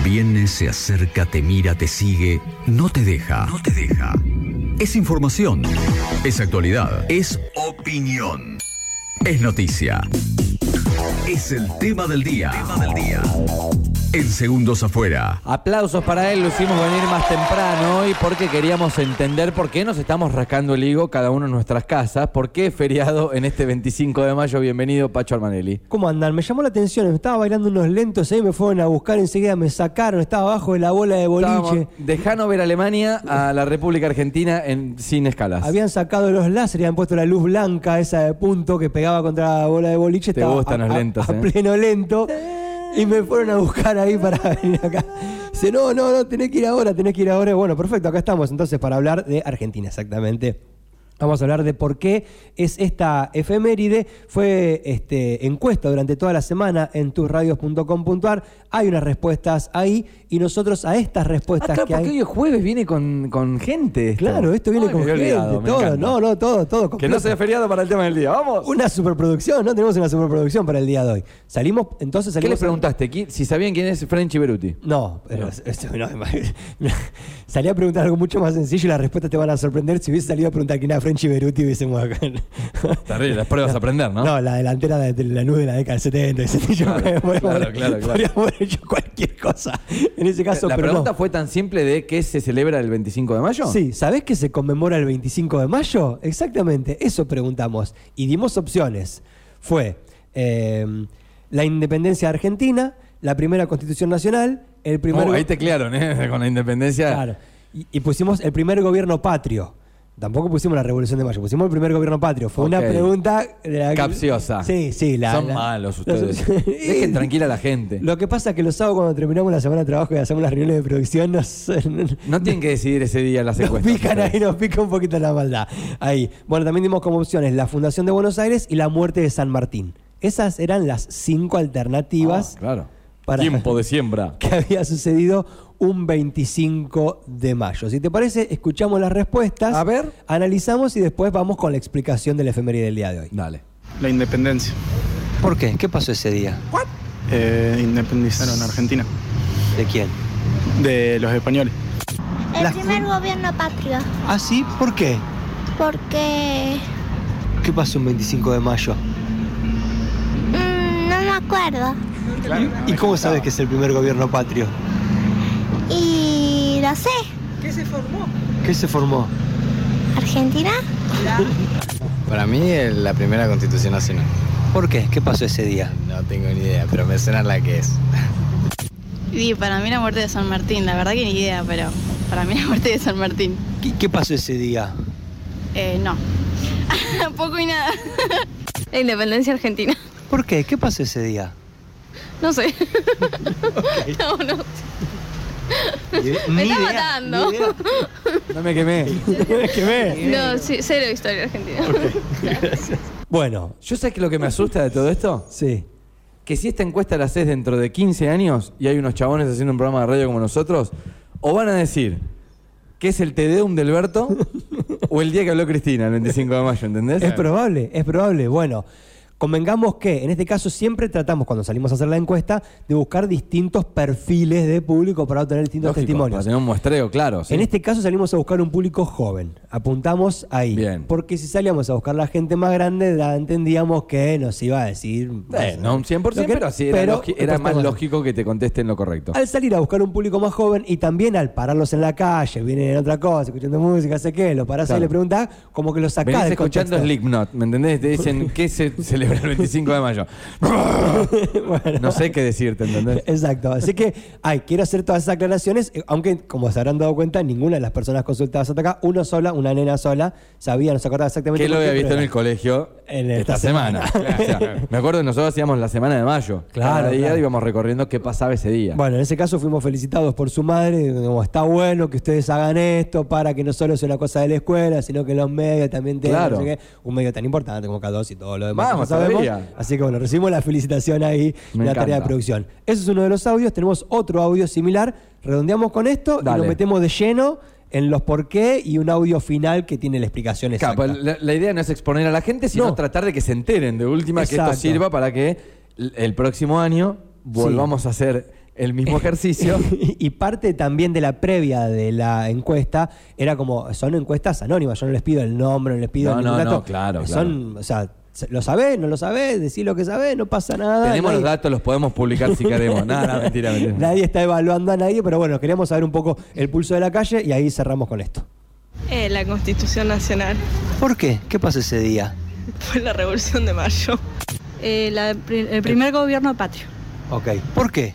Viene, se acerca, te mira, te sigue, no te deja. No te deja. Es información, es actualidad, es opinión, es noticia. Es el tema del día. En Segundos Afuera. Aplausos para él, lo hicimos venir más temprano hoy porque queríamos entender por qué nos estamos rascando el higo cada uno en nuestras casas, por qué es feriado en este 25 de mayo. Bienvenido, Pacho Armanelli. ¿Cómo andan? Me llamó la atención, me estaba bailando unos lentos ahí, me fueron a buscar, enseguida me sacaron, estaba abajo de la bola de boliche. Dejando ver a Alemania a la República Argentina sin escalas. Habían sacado los láseres, habían puesto la luz blanca esa de punto que pegaba contra la bola de boliche. Te gustan los lentos, a pleno lento. Y me fueron a buscar ahí para venir acá. Dice, no, tenés que ir ahora. Bueno, perfecto, acá estamos entonces para hablar de Argentina, exactamente. Vamos a hablar de por qué es esta efeméride. Fue encuesta durante toda la semana en tusradios.com.ar. Hay unas respuestas ahí y nosotros a estas respuestas claro, que hay... porque hoy es jueves, viene con gente. Claro, esto viene con gente, todo. Que no sea feriado para el tema del día, vamos. Una superproducción, ¿no? Tenemos una superproducción para el día de hoy. Salimos. ¿Qué les preguntaste? Si sabían quién es Frenchy Beruti. No, pero salí a preguntar algo mucho más sencillo y las respuestas te van a sorprender. Si hubiese salido a preguntar quién era Frenchy Beruti, hubiésemos acá. Terrible, las pruebas a aprender, ¿no? No, la delantera de la nube de la década del 70. Claro. Podríamos haber hecho cualquier cosa. En ese caso, la pero pregunta no. fue tan simple de ¿qué se celebra el 25 de mayo? Sí, ¿sabés qué se conmemora el 25 de mayo? Exactamente, eso preguntamos. Y dimos opciones. Fue la independencia de Argentina, la primera Constitución Nacional, el primer... ahí teclearon, con la independencia. Claro. Y pusimos el primer gobierno patrio. Tampoco pusimos la Revolución de Mayo, pusimos el primer gobierno patrio. Fue una pregunta... capciosa. Sí. Son malos ustedes. Dejen tranquila a la gente. Lo que pasa es que los sábados cuando terminamos la semana de trabajo y hacemos las reuniones de producción, no tienen que decidir ese día las encuestas. Nos pica un poquito la maldad. Ahí. Bueno, también dimos como opciones la Fundación de Buenos Aires y la muerte de San Martín. Esas eran las 5 alternativas. Claro. Para tiempo de siembra. Que había sucedido un 25 de mayo. Si te parece, escuchamos las respuestas. A ver. Analizamos y después vamos con la explicación de la efeméride del día de hoy. Dale. La independencia. ¿Por qué? ¿Qué pasó ese día? Independizaron a Argentina. ¿De quién? De los españoles. El primer gobierno patrio. ¿Ah, sí? ¿Por qué? Porque... ¿Qué pasó un 25 de mayo? no me acuerdo. Claro. ¿Y cómo sabes que es el primer gobierno patrio? Y lo sé. ¿Qué se formó? ¿Argentina? Para mí es la primera Constitución Nacional. ¿Por qué? ¿Qué pasó ese día? No tengo ni idea, pero me suena la que es. Y para mí la muerte de San Martín, la verdad que ni idea, pero para mí la muerte de San Martín. ¿Qué pasó ese día? No. Poco y nada. La independencia argentina. ¿Por qué? ¿Qué pasó ese día? No sé. Okay. No. Me está matando. No me quemé. No, sí, cero historia argentina. Okay. Gracias. Bueno. ¿Yo sé que lo que me asusta de todo esto? Sí. Que si esta encuesta la haces dentro de 15 años y hay unos chabones haciendo un programa de radio como nosotros, o van a decir que es el Te Deum de Alberto o el día que habló Cristina, el 25 de mayo, ¿entendés? Es probable. Bueno, convengamos que en este caso siempre tratamos, cuando salimos a hacer la encuesta, de buscar distintos perfiles de público para obtener distintos testimonios. Para tener un muestreo, claro. ¿Sí? En este caso salimos a buscar un público joven. Apuntamos ahí. Bien. Porque si salíamos a buscar la gente más grande, entendíamos que nos iba a decir... no un 100%, pero sí era más lógico que te contesten lo correcto. Al salir a buscar un público más joven y también al pararlos en la calle, vienen en otra cosa, escuchando música, sé qué, lo parás y le preguntás, como que lo sacás venís del escuchando contexto. Slipknot, ¿me entendés? Te dicen, ¿qué se celebra el 25 de mayo? Bueno, no sé qué decirte, ¿entendés? Exacto. Así que, quiero hacer todas esas aclaraciones, aunque, como se habrán dado cuenta, ninguna de las personas consultadas hasta acá, una nena sola, sabía, no se acordaba exactamente. Que lo había visto en el colegio esta semana. Claro. O sea, me acuerdo que nosotros hacíamos la semana de mayo. Cada día íbamos recorriendo qué pasaba ese día. Bueno, en ese caso fuimos felicitados por su madre, como está bueno que ustedes hagan esto para que no solo sea una cosa de la escuela, sino que los medios también tengan, no sé qué, un medio tan importante como K2 y todo lo demás. Vamos, sabemos. todavía. Así que bueno, recibimos la felicitación ahí en la tarea de producción. Ese es uno de los audios, tenemos otro audio similar, redondeamos con esto y nos metemos de lleno en los por qué y un audio final que tiene la explicación exacta. Claro, la idea no es exponer a la gente, sino tratar de que se enteren de última. Exacto. Que esto sirva para que el próximo año volvamos a hacer el mismo ejercicio. Y parte también de la previa de la encuesta era como, son encuestas anónimas, yo no les pido el nombre, no les pido ningún dato. No, claro. Son, o sea, ¿lo sabés? ¿No lo sabés? Decí lo que sabés, no pasa nada. Tenemos los datos, los podemos publicar si queremos. No, mentira. Nadie está evaluando a nadie, pero bueno, queríamos saber un poco el pulso de la calle y ahí cerramos con esto. La Constitución Nacional. ¿Por qué? ¿Qué pasó ese día? Fue la Revolución de Mayo. El primer gobierno patrio. Ok. ¿Por qué?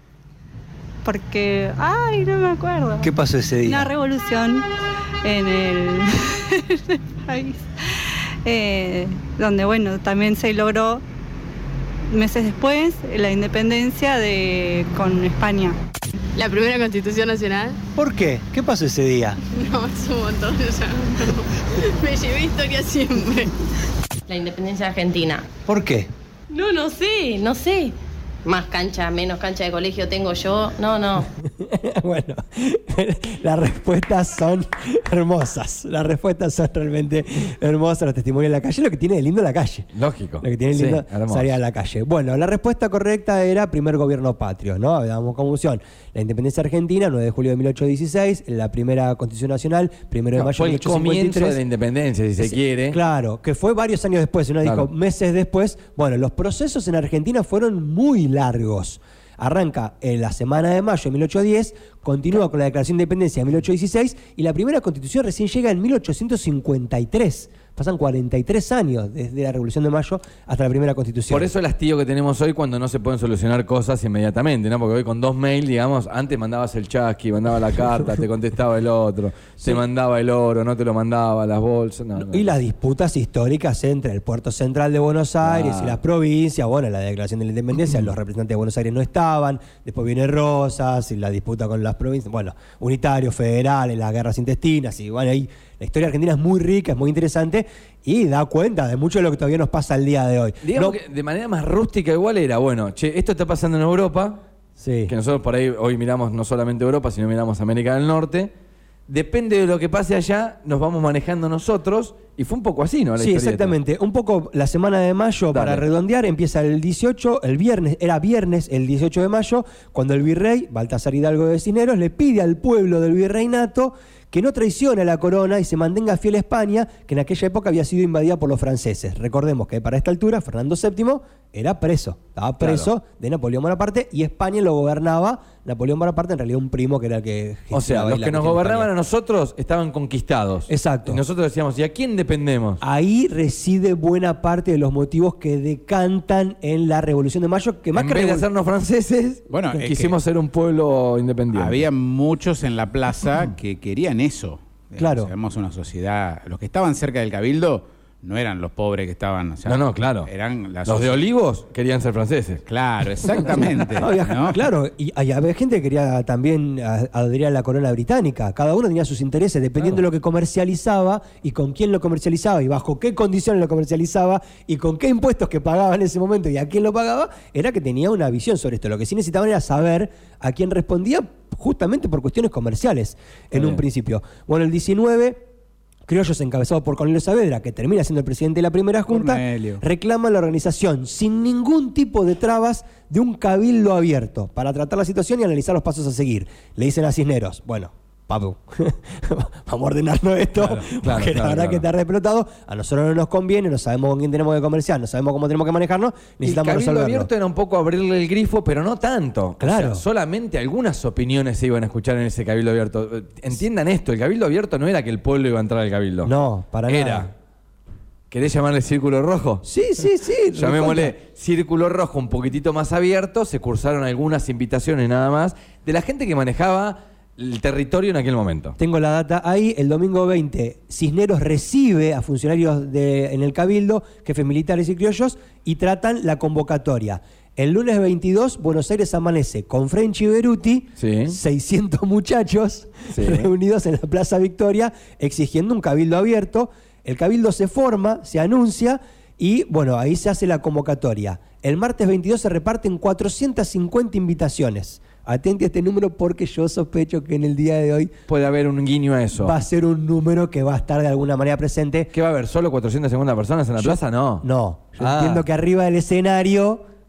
Porque... Ay, no me acuerdo. ¿Qué pasó ese día? Una revolución en el país. Donde, bueno, también se logró meses después la independencia con España. La primera Constitución Nacional. ¿Por qué? ¿Qué pasó ese día? No, es un montón, o sea, me llevé historia siempre. La independencia argentina. ¿Por qué? No sé. Más cancha, menos cancha de colegio tengo yo. No. Bueno, las respuestas son hermosas. Las respuestas son realmente hermosas. Los testimonios de la calle, lo que tiene de lindo la calle. Lógico. Lo que tiene de lindo salir a la calle. Bueno, la respuesta correcta era primer gobierno patrio, ¿no? Damos como opción la independencia argentina, 9 de julio de 1816, la primera Constitución Nacional, 1 de mayo fue de el comienzo 1853. de la independencia, si se quiere. Claro, que fue varios años después, uno dijo meses después. Bueno, los procesos en Argentina fueron muy largos. Arranca en la semana de mayo de 1810, continúa con la Declaración de Independencia de 1816 y la primera Constitución recién llega en 1853. Pasan 43 años desde la Revolución de Mayo hasta la primera Constitución. Por eso el hastío que tenemos hoy cuando no se pueden solucionar cosas inmediatamente, ¿no? Porque hoy con 2 mails, digamos, antes mandabas el chasqui, mandaba la carta, te contestaba el otro, te mandaba el oro, no te lo mandaba, las bolsas. No. Y las disputas históricas entre el puerto central de Buenos Aires y las provincias. Bueno, la Declaración de la Independencia, los representantes de Buenos Aires no estaban. Después viene Rosas y la disputa con las provincias. Bueno, unitarios, federales, las guerras intestinas. Y bueno, ahí la historia argentina es muy rica, es muy interesante y da cuenta de mucho de lo que todavía nos pasa al día de hoy. Digamos que de manera más rústica igual era, bueno, esto está pasando en Europa, que nosotros por ahí hoy miramos no solamente Europa, sino miramos América del Norte. Depende de lo que pase allá, nos vamos manejando nosotros. Y fue un poco así, ¿no? Sí, exactamente. Un poco la semana de mayo, para redondear, empieza el 18, era viernes el 18 de mayo, cuando el virrey, Baltasar Hidalgo de Cisneros, le pide al pueblo del virreinato que no traicione a la corona y se mantenga fiel a España, que en aquella época había sido invadida por los franceses. Recordemos que para esta altura Fernando VII era preso, estaba preso de Napoleón Bonaparte y España lo gobernaba Napoleón Bonaparte, en realidad un primo que era el que... O sea, los que nos gobernaban a nosotros estaban conquistados. Exacto. Y nosotros decíamos, ¿y a quién dependemos? Ahí reside buena parte de los motivos que decantan en la Revolución de Mayo, que más en que vez de hacernos franceses, bueno, quisimos ser un pueblo independiente. Había muchos en la plaza que querían eso. Claro. Éramos una sociedad... Los que estaban cerca del Cabildo no eran los pobres que estaban... O sea, claro. Eran los de Olivos querían ser franceses. Claro, exactamente. ¿no? Claro, y había gente que quería también adherir a la corona británica. Cada uno tenía sus intereses, dependiendo de lo que comercializaba y con quién lo comercializaba y bajo qué condiciones lo comercializaba y con qué impuestos que pagaba en ese momento y a quién lo pagaba, era que tenía una visión sobre esto. Lo que sí necesitaban era saber a quién respondía justamente por cuestiones comerciales en un principio. Bueno, el 19... Criollos, encabezados por Cornelio Saavedra, que termina siendo el presidente de la primera junta, reclaman la organización sin ningún tipo de trabas de un cabildo abierto para tratar la situación y analizar los pasos a seguir. Le dicen a Cisneros, bueno, Papu, vamos a ordenarnos esto, porque la verdad que está reexplotado, a nosotros no nos conviene, no sabemos con quién tenemos que comerciar, no sabemos cómo tenemos que manejarnos, necesitamos el resolverlo. cabildo abierto era un poco abrirle el grifo, pero no tanto. Claro. O sea, solamente algunas opiniones se iban a escuchar en ese cabildo abierto. Entiendan esto, el cabildo abierto no era que el pueblo iba a entrar al cabildo. No, para nada. Era... ¿Querés llamarle círculo rojo? Sí. Llamémosle círculo rojo un poquitito más abierto, se cursaron algunas invitaciones nada más, de la gente que manejaba el territorio en aquel momento. Tengo la data ahí. El domingo 20, Cisneros recibe a funcionarios en el Cabildo, jefes militares y criollos, y tratan la convocatoria. El lunes 22, Buenos Aires amanece con French y Beruti, 600 muchachos reunidos en la Plaza Victoria, exigiendo un cabildo abierto. El cabildo se forma, se anuncia, y bueno, ahí se hace la convocatoria. El martes 22 se reparten 450 invitaciones. Atente a este número porque yo sospecho que en el día de hoy puede haber un guiño a eso. Va a ser un número que va a estar de alguna manera presente. ¿Qué va a haber? ¿Solo 450 personas en la plaza? No. No. Yo entiendo que arriba del escenario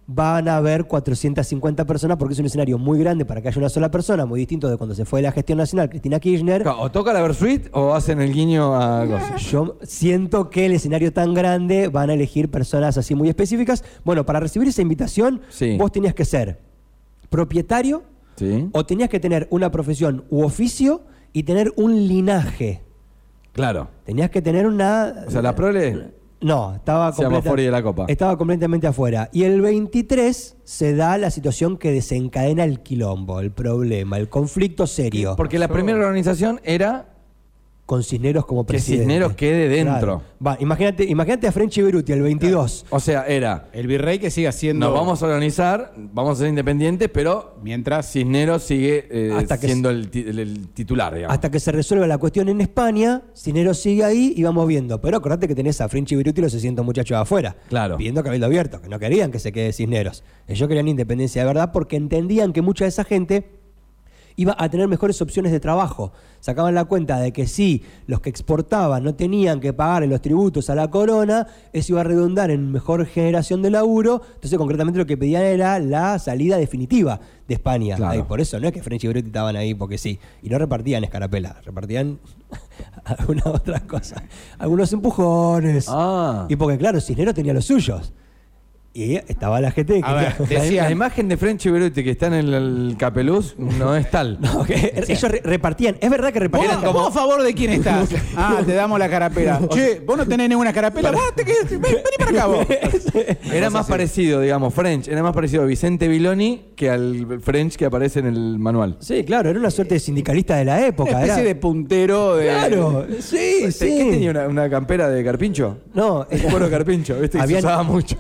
van a haber 450 personas porque es un escenario muy grande para que haya una sola persona, muy distinto de cuando se fue de la gestión nacional Cristina Kirchner. O toca la Versuit o hacen el guiño a cosas. Yo siento que el escenario tan grande van a elegir personas así muy específicas. Bueno, para recibir esa invitación, vos tenías que ser propietario o tenías que tener una profesión u oficio y tener un linaje. Claro. Tenías que tener una... O sea, la prole... No, estaba de la copa. Estaba completamente afuera. Y el 23 se da la situación que desencadena el quilombo, el problema, el conflicto serio. Porque la primera organización era... Con Cisneros como presidente. Que Cisneros quede dentro. Claro. Va, imagínate a French y Beruti el 22. Claro. O sea, era... El virrey que siga siendo... Nos vamos a organizar, vamos a ser independientes, pero mientras Cisneros sigue siendo el titular, digamos. Hasta que se resuelva la cuestión en España, Cisneros sigue ahí y vamos viendo. Pero acordate que tenés a French y Beruti y los 600 muchachos afuera. Claro. Pidiendo cabildo abierto, que no querían que se quede Cisneros. Ellos querían independencia de verdad porque entendían que mucha de esa gente iba a tener mejores opciones de trabajo. Sacaban la cuenta de que si los que exportaban no tenían que pagarle los tributos a la corona, eso iba a redundar en mejor generación de laburo. Entonces, concretamente, lo que pedían era la salida definitiva de España. Claro. Ay, por eso no es que French y Beruti estaban ahí porque sí. Y no repartían escarapela, repartían alguna otra cosa. Algunos empujones. Y porque, claro, Cisneros tenía los suyos. Y estaba la gente que... La imagen de French y Beruti que está en el Capeluz no es tal. No, ellos repartían. Es verdad que repartían. ¿Vos a favor de quién estás? Te damos la carapela. Che, vos no tenés ninguna carapela. Vos vení para acá vos. Era más parecido, digamos, French. Era más parecido a Vicente Viloni que al French que aparece en el manual. Sí, claro. Era una suerte de sindicalista de la época. Una especie de puntero de... Claro. Sí. ¿Qué tenía? ¿Una campera de Carpincho? No. El cuero Carpincho, ¿viste? Que se usaba mucho.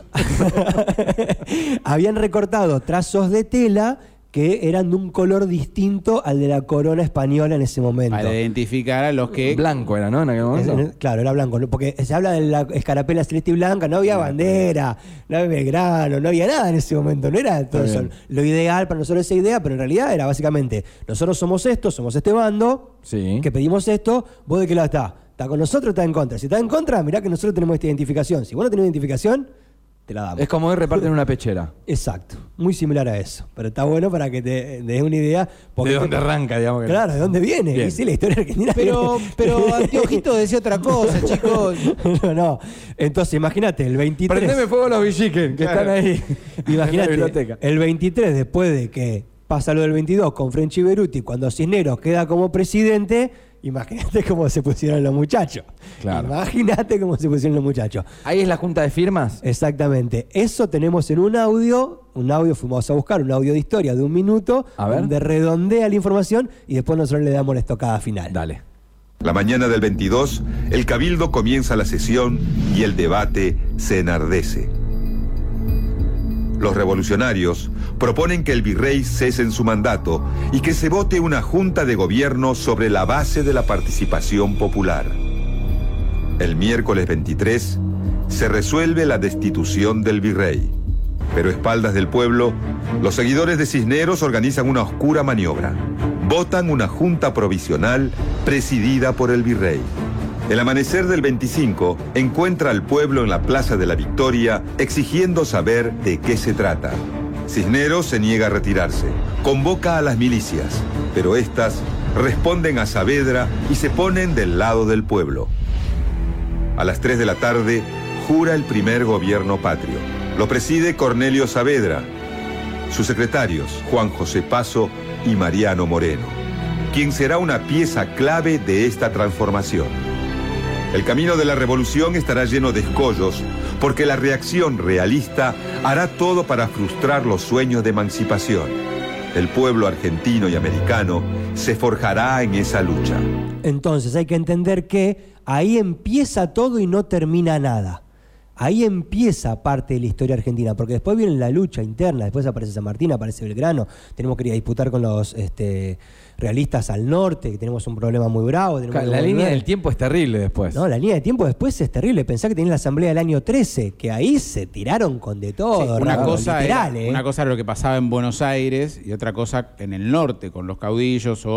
Habían recortado trazos de tela que eran de un color distinto al de la corona española en ese momento. Para identificar a los que... Blanco era, ¿no? En aquel momento. Claro, era blanco. Porque se habla de la escarapela celeste y blanca, no había bandera, no había Belgrano, no había nada en ese momento. No era todo eso. Lo ideal para nosotros esa idea, pero en realidad era básicamente, nosotros somos esto, somos este bando, que pedimos esto, ¿vos de qué lado estás? ¿Está con nosotros o está en contra? Si está en contra, mirá que nosotros tenemos esta identificación. Si vos no tenés identificación... te la damos. Es como hoy reparten una pechera. Exacto, muy similar a eso. Pero está bueno para que te des una idea. ¿De dónde arranca, digamos? Claro, ¿de dónde viene? Bien. Y sí, la historia argentina. Pero Anteojito decía otra cosa, chicos. No. Entonces, imagínate, el 23... Prendeme fuego a los villiquen, que están ahí. Imagínate, el 23, después de que pasa lo del 22 con French y Beruti, cuando Cisneros queda como presidente... Imagínate cómo se pusieron los muchachos. Claro. Imagínate cómo se pusieron los muchachos. Ahí es la junta de firmas. Exactamente. Eso tenemos en un audio fuimos a buscar un audio de historia de 1 minuto, donde redondea la información y después nosotros le damos la estocada final. Dale. La mañana del 22, el Cabildo comienza la sesión y el debate se enardece. Los revolucionarios proponen que el virrey cese en su mandato y que se vote una junta de gobierno sobre la base de la participación popular. El miércoles 23 se resuelve la destitución del virrey. Pero a espaldas del pueblo, los seguidores de Cisneros organizan una oscura maniobra. Votan una junta provisional presidida por el virrey. El amanecer del 25 encuentra al pueblo en la Plaza de la Victoria exigiendo saber de qué se trata. Cisneros se niega a retirarse, convoca a las milicias, pero estas responden a Saavedra y se ponen del lado del pueblo. A las 3 de la tarde jura el primer gobierno patrio. Lo preside Cornelio Saavedra, sus secretarios Juan José Paso y Mariano Moreno, quien será una pieza clave de esta transformación. El camino de la revolución estará lleno de escollos, porque la reacción realista hará todo para frustrar los sueños de emancipación. El pueblo argentino y americano se forjará en esa lucha. Entonces hay que entender que ahí empieza todo y no termina nada. Ahí empieza parte de la historia argentina, porque después viene la lucha interna, después aparece San Martín, aparece Belgrano, tenemos que ir a disputar con los realistas al norte, que tenemos un problema muy bravo. La línea del tiempo es terrible después. No, la línea de tiempo después es terrible. Pensá que tenés la asamblea del año 13, que ahí se tiraron con de todo. Sí, una cosa literal, una cosa era lo que pasaba en Buenos Aires y otra cosa en el norte, con los caudillos o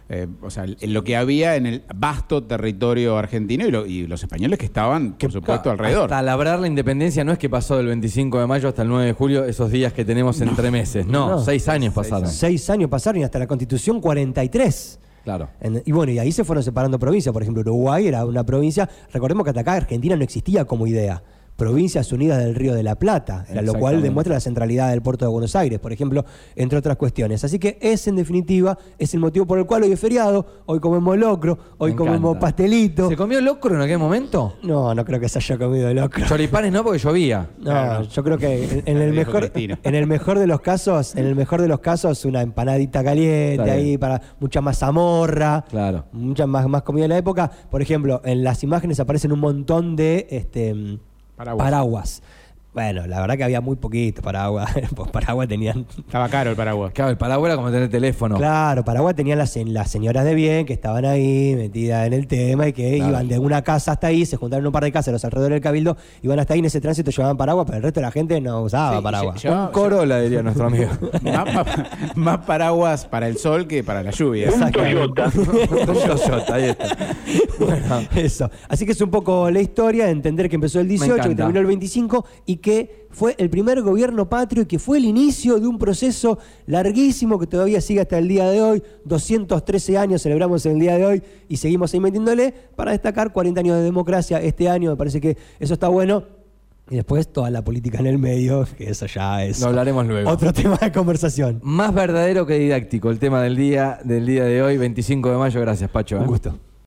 o sea, en lo que había en el vasto territorio argentino y los españoles que estaban, por supuesto, alrededor. Hasta labrar la independencia no es que pasó del 25 de mayo hasta el 9 de julio, esos días que tenemos entre meses. No, 6 años pasaron. 6 años pasaron y hasta la Constitución 43. Claro. Y bueno, y ahí se fueron separando provincias. Por ejemplo, Uruguay era una provincia. Recordemos que hasta acá Argentina no existía como idea. Provincias Unidas del Río de la Plata, lo cual demuestra la centralidad del puerto de Buenos Aires, por ejemplo, entre otras cuestiones. Así que ese, en definitiva, es el motivo por el cual hoy es feriado, hoy comemos locro, hoy comemos pastelito. ¿Se comió locro en aquel momento? No, no creo que se haya comido locro. Choripanes no, porque llovía. No, claro. Yo creo que en el mejor de los casos, una empanadita caliente ahí para mucha mazamorra, claro, mucha más comida de la época. Por ejemplo, en las imágenes aparecen un montón de paraguas. Bueno, la verdad que había muy poquito paraguas. Pues paraguas tenían... Estaba caro el paraguas. Claro, el paraguas era como tener teléfono. Claro, paraguas tenían las señoras de bien que estaban ahí metidas en el tema y que iban de una casa hasta ahí, se juntaron un par de casas los alrededores del Cabildo, iban hasta ahí en ese tránsito, llevaban paraguas, pero el resto de la gente no usaba paraguas. Un Corolla, diría nuestro amigo. más paraguas para el sol que para la lluvia. Un Toyota. Ahí está. Bueno, eso. Así que es un poco la historia de entender que empezó el 18, que terminó el 25 y que fue el primer gobierno patrio y que fue el inicio de un proceso larguísimo que todavía sigue hasta el día de hoy. 213 años celebramos en el día de hoy y seguimos ahí metiéndole para destacar 40 años de democracia este año. Me parece que eso está bueno. Y después toda la política en el medio, que eso ya es... Lo hablaremos luego. Otro tema de conversación. Más verdadero que didáctico el tema del día de hoy, 25 de mayo. Gracias, Pacho. Un gusto.